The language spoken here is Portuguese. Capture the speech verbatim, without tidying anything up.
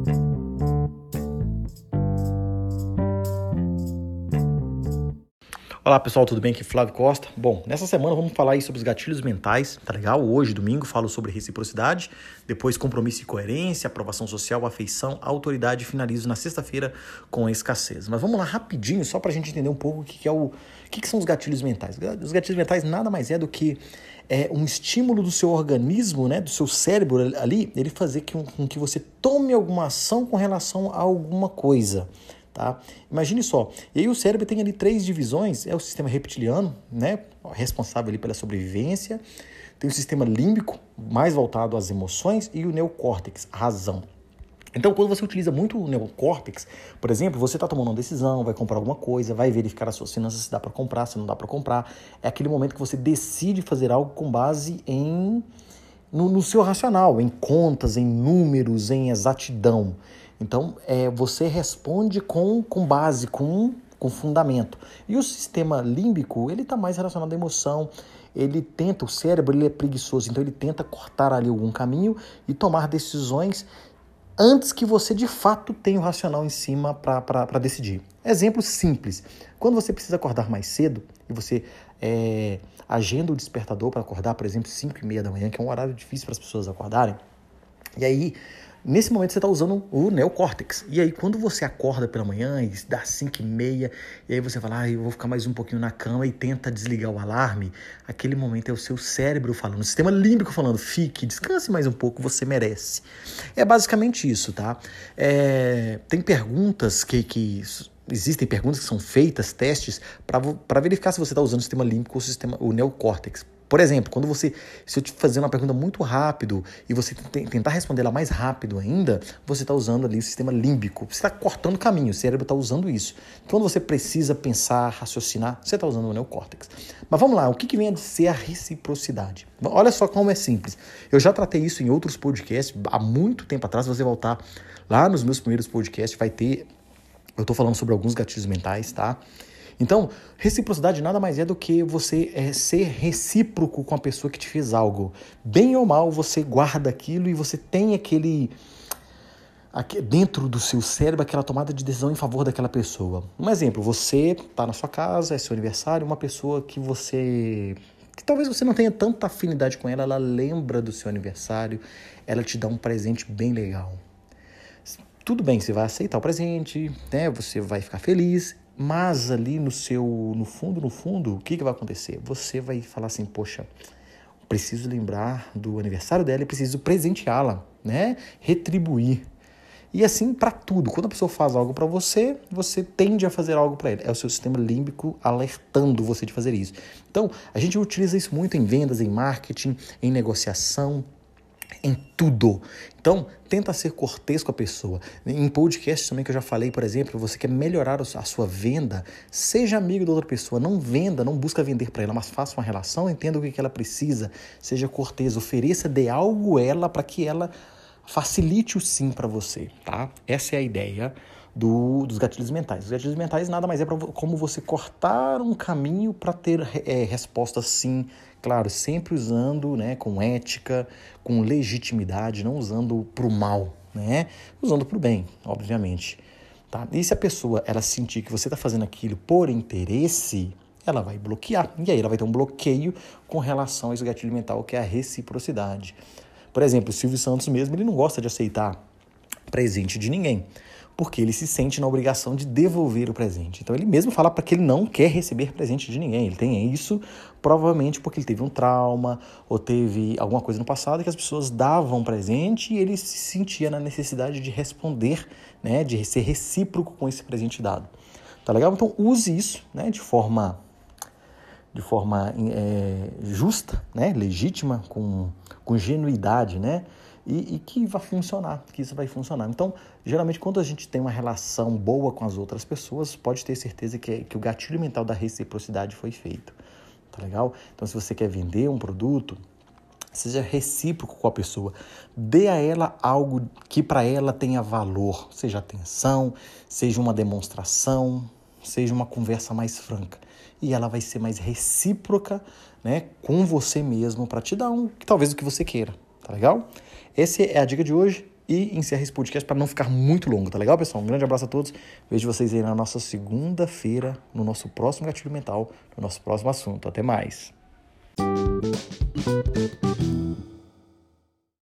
Olá pessoal, tudo bem? Aqui é Flávio Costa. Bom, nessa semana vamos falar aí sobre os gatilhos mentais, tá legal? Hoje, domingo, falo sobre reciprocidade, depois compromisso e coerência, aprovação social, afeição, autoridade e finalizo na sexta-feira com a escassez. Mas vamos lá rapidinho, só pra gente entender um pouco o que, que, é o, o que, que são os gatilhos mentais. Os gatilhos mentais nada mais é do que é, um estímulo do seu organismo, né, do seu cérebro ali, ele fazer que, um, com que você tome alguma ação com relação a alguma coisa. Tá? Imagine só, e aí o cérebro tem ali três divisões, é o sistema reptiliano, né, responsável ali pela sobrevivência, tem o sistema límbico, mais voltado às emoções, e o neocórtex, a razão. Então, quando você utiliza muito o neocórtex, por exemplo, você está tomando uma decisão, vai comprar alguma coisa, vai verificar as suas finanças, se dá para comprar, se não dá para comprar, é aquele momento que você decide fazer algo com base em, no, no seu racional, em contas, em números, em exatidão. Então, é, você responde com, com base, com, com fundamento. E o sistema límbico, ele está mais relacionado à emoção, ele tenta, o cérebro ele é preguiçoso, então ele tenta cortar ali algum caminho e tomar decisões antes que você de fato tenha o racional em cima para decidir. Exemplo simples, quando você precisa acordar mais cedo e você é, agenda o despertador para acordar, por exemplo, cinco e meia da manhã, que é um horário difícil para as pessoas acordarem, e aí nesse momento você está usando o neocórtex. E aí quando você acorda pela manhã e dá cinco e meia, e aí você fala, ah, eu vou ficar mais um pouquinho na cama e tenta desligar o alarme, aquele momento é o seu cérebro falando, o sistema límbico falando, fique, descanse mais um pouco, você merece. É basicamente isso, tá? É, tem perguntas que... que Existem perguntas que são feitas, testes, para verificar se você está usando o sistema límbico ou o, sistema, o neocórtex. Por exemplo, quando você, se eu te fazer uma pergunta muito rápido e você tentar responder ela mais rápido ainda, você está usando ali o sistema límbico. Você está cortando o caminho, o cérebro está usando isso. Quando você precisa pensar, raciocinar, você está usando o neocórtex. Mas vamos lá, o que, que vem a ser a reciprocidade? Olha só como é simples. Eu já tratei isso em outros podcasts, há muito tempo atrás, se você voltar lá nos meus primeiros podcasts, vai ter... Eu estou falando sobre alguns gatilhos mentais, tá? Então, reciprocidade nada mais é do que você é, ser recíproco com a pessoa que te fez algo. Bem ou mal, você guarda aquilo e você tem aquele... aqui, dentro do seu cérebro, aquela tomada de decisão em favor daquela pessoa. Um exemplo, você está na sua casa, é seu aniversário, uma pessoa que você... que talvez você não tenha tanta afinidade com ela, ela lembra do seu aniversário, ela te dá um presente bem legal. Tudo bem, você vai aceitar o presente, né? Você vai ficar feliz, mas ali no seu, no fundo, no fundo, o que, que vai acontecer? Você vai falar assim, poxa, preciso lembrar do aniversário dela e preciso presenteá-la, né? Retribuir. E assim para tudo. Quando a pessoa faz algo para você, você tende a fazer algo para ela. É o seu sistema límbico alertando você de fazer isso. Então, a gente utiliza isso muito em vendas, em marketing, em negociação, em tudo. Então, tenta ser cortês com a pessoa. Em podcast também que eu já falei, por exemplo, você quer melhorar a sua venda, seja amigo da outra pessoa, não venda, não busca vender para ela, mas faça uma relação, entenda o que ela precisa, seja cortês, ofereça, dê algo a ela para que ela facilite o sim para você, tá? Essa é a ideia do, dos gatilhos mentais. Os gatilhos mentais nada mais é pra, como você cortar um caminho para ter é, resposta sim, claro, sempre usando, né, com ética, com legitimidade, não usando para o mal, né? Usando para o bem, obviamente. Tá? E se a pessoa ela sentir que você está fazendo aquilo por interesse, ela vai bloquear. E aí ela vai ter um bloqueio com relação a esse gatilho mental, que é a reciprocidade. Por exemplo, o Silvio Santos mesmo, ele não gosta de aceitar presente de ninguém, porque ele se sente na obrigação de devolver o presente. Então ele mesmo fala para que ele não quer receber presente de ninguém. Ele tem isso provavelmente porque ele teve um trauma ou teve alguma coisa no passado que as pessoas davam presente e ele se sentia na necessidade de responder, né, de ser recíproco com esse presente dado. Tá legal? Então use isso, né, de forma... de forma é, justa, né, legítima, com, com genuidade, né, e, e que vai funcionar, que isso vai funcionar. Então, geralmente, quando a gente tem uma relação boa com as outras pessoas, pode ter certeza que, que o gatilho mental da reciprocidade foi feito, tá legal? Então, se você quer vender um produto, seja recíproco com a pessoa, dê a ela algo que para ela tenha valor, seja atenção, seja uma demonstração, seja uma conversa mais franca. E ela vai ser mais recíproca, né, com você mesmo para te dar um, talvez o que você queira, tá legal? Essa é a dica de hoje. e encerro esse podcast para não ficar muito longo, tá legal, pessoal? Um grande abraço a todos. Vejo vocês aí na nossa segunda-feira, no nosso próximo Gatilho Mental, no nosso próximo assunto. Até mais.